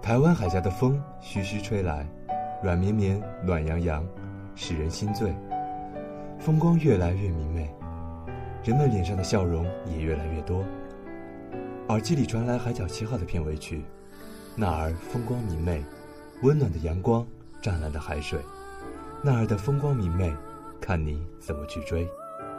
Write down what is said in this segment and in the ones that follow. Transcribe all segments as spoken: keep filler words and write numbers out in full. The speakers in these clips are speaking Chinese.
台湾海峡的风徐徐吹来，软绵绵暖洋洋，使人心醉。风光越来越明媚，人们脸上的笑容也越来越多。耳机里传来海角七号的片尾曲，那儿风光明媚，温暖的阳光，湛蓝的海水，那儿的风光明媚，看你怎么去追。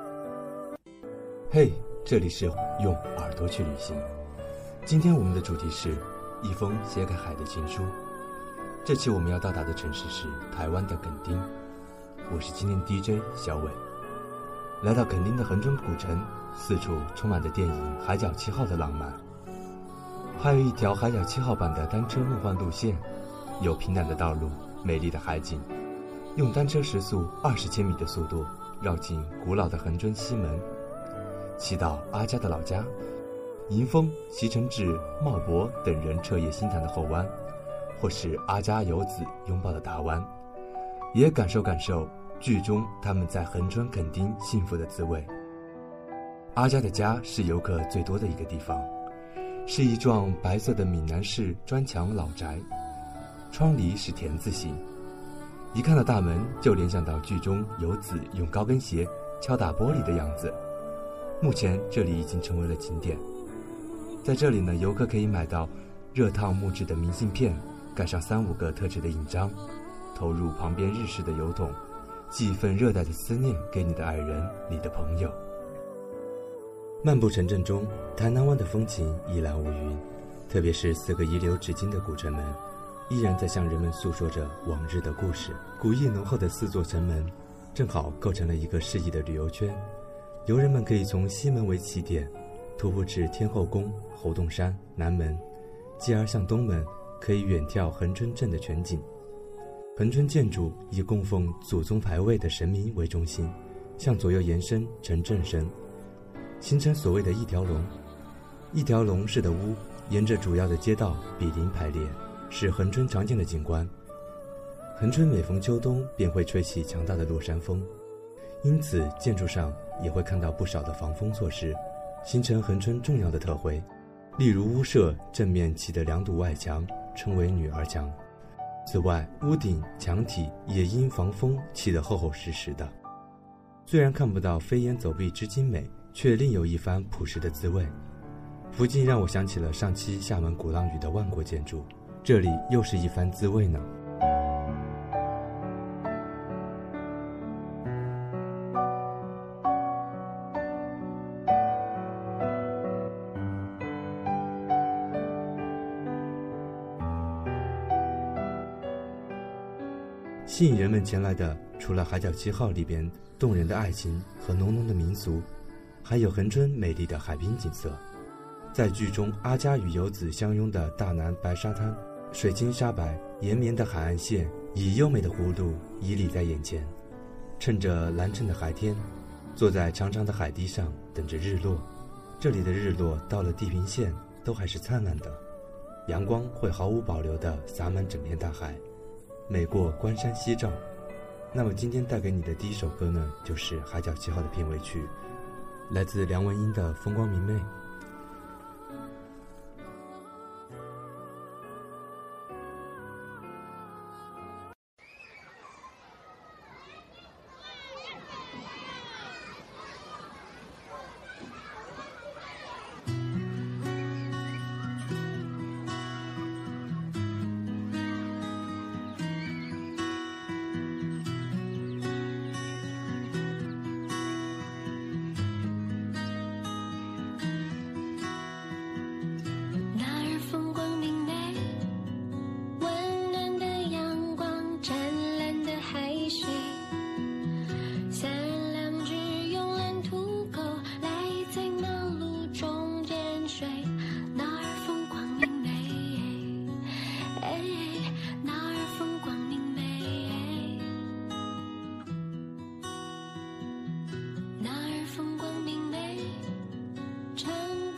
嘿，这里是用耳朵去旅行。今天我们的主题是一封写给海的情书。这期我们要到达的城市是台湾的垦丁，我是今天 D J 小伟。来到垦丁的恒春古城，四处充满着电影《海角七号》的浪漫，还有一条《海角七号》版的单车梦幻路线，有平坦的道路，美丽的海景，用单车时速二十千米的速度绕进古老的恒春西门，骑到阿家的老家，迎风骑乘至茂博等人彻夜心谈的后湾，或是阿家游子拥抱的大湾，也感受感受剧中他们在恒春垦丁幸福的滋味。阿家的家是游客最多的一个地方，是一幢白色的闽南式砖墙老宅，窗篱是田字形，一看到大门就联想到剧中游子用高跟鞋敲打玻璃的样子。目前这里已经成为了景点，在这里呢，游客可以买到热烫木质的明信片，盖上三五个特制的印章，投入旁边日式的油桶，寄一份热带的思念给你的爱人，你的朋友。漫步城镇中，台南湾的风情一览无余，特别是四个遗留至今的古城门，依然在向人们诉说着往日的故事。古意浓厚的四座城门，正好构成了一个适宜的旅游圈。游人们可以从西门为起点，徒步至天后宫、猴硐山、南门，继而向东门，可以远眺恒春镇的全景。恒春建筑以供奉祖宗牌位的神明为中心，向左右延伸成镇神，形成所谓的一条龙。一条龙式的屋沿着主要的街道比邻排列，是恒春常见的景观。恒春每逢秋冬便会吹起强大的落山风，因此建筑上也会看到不少的防风措施，形成恒春重要的特徽。例如屋舍正面起的两堵外墙称为女儿墙，此外屋顶墙体也因防风砌得厚厚实实的。虽然看不到飞檐走壁之精美，却另有一番朴实的滋味。不禁让我想起了上期厦门鼓浪屿的万国建筑，这里又是一番滋味呢。吸引人们前来的，除了《海角七号》里边动人的爱情和浓浓的民俗，还有恒春美丽的海滨景色。在剧中阿家与游子相拥的大南白沙滩，水清沙白，延绵的海岸线以优美的弧度屹立在眼前。趁着蓝衬的海天，坐在长长的海堤上等着日落。这里的日落到了地平线都还是灿烂的，阳光会毫无保留地洒满整片大海，美过关山夕照。那么今天带给你的第一首歌呢，就是《海角七号》的片尾曲，来自梁文音的《风光明媚》。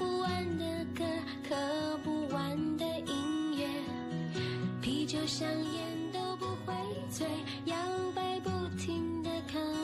像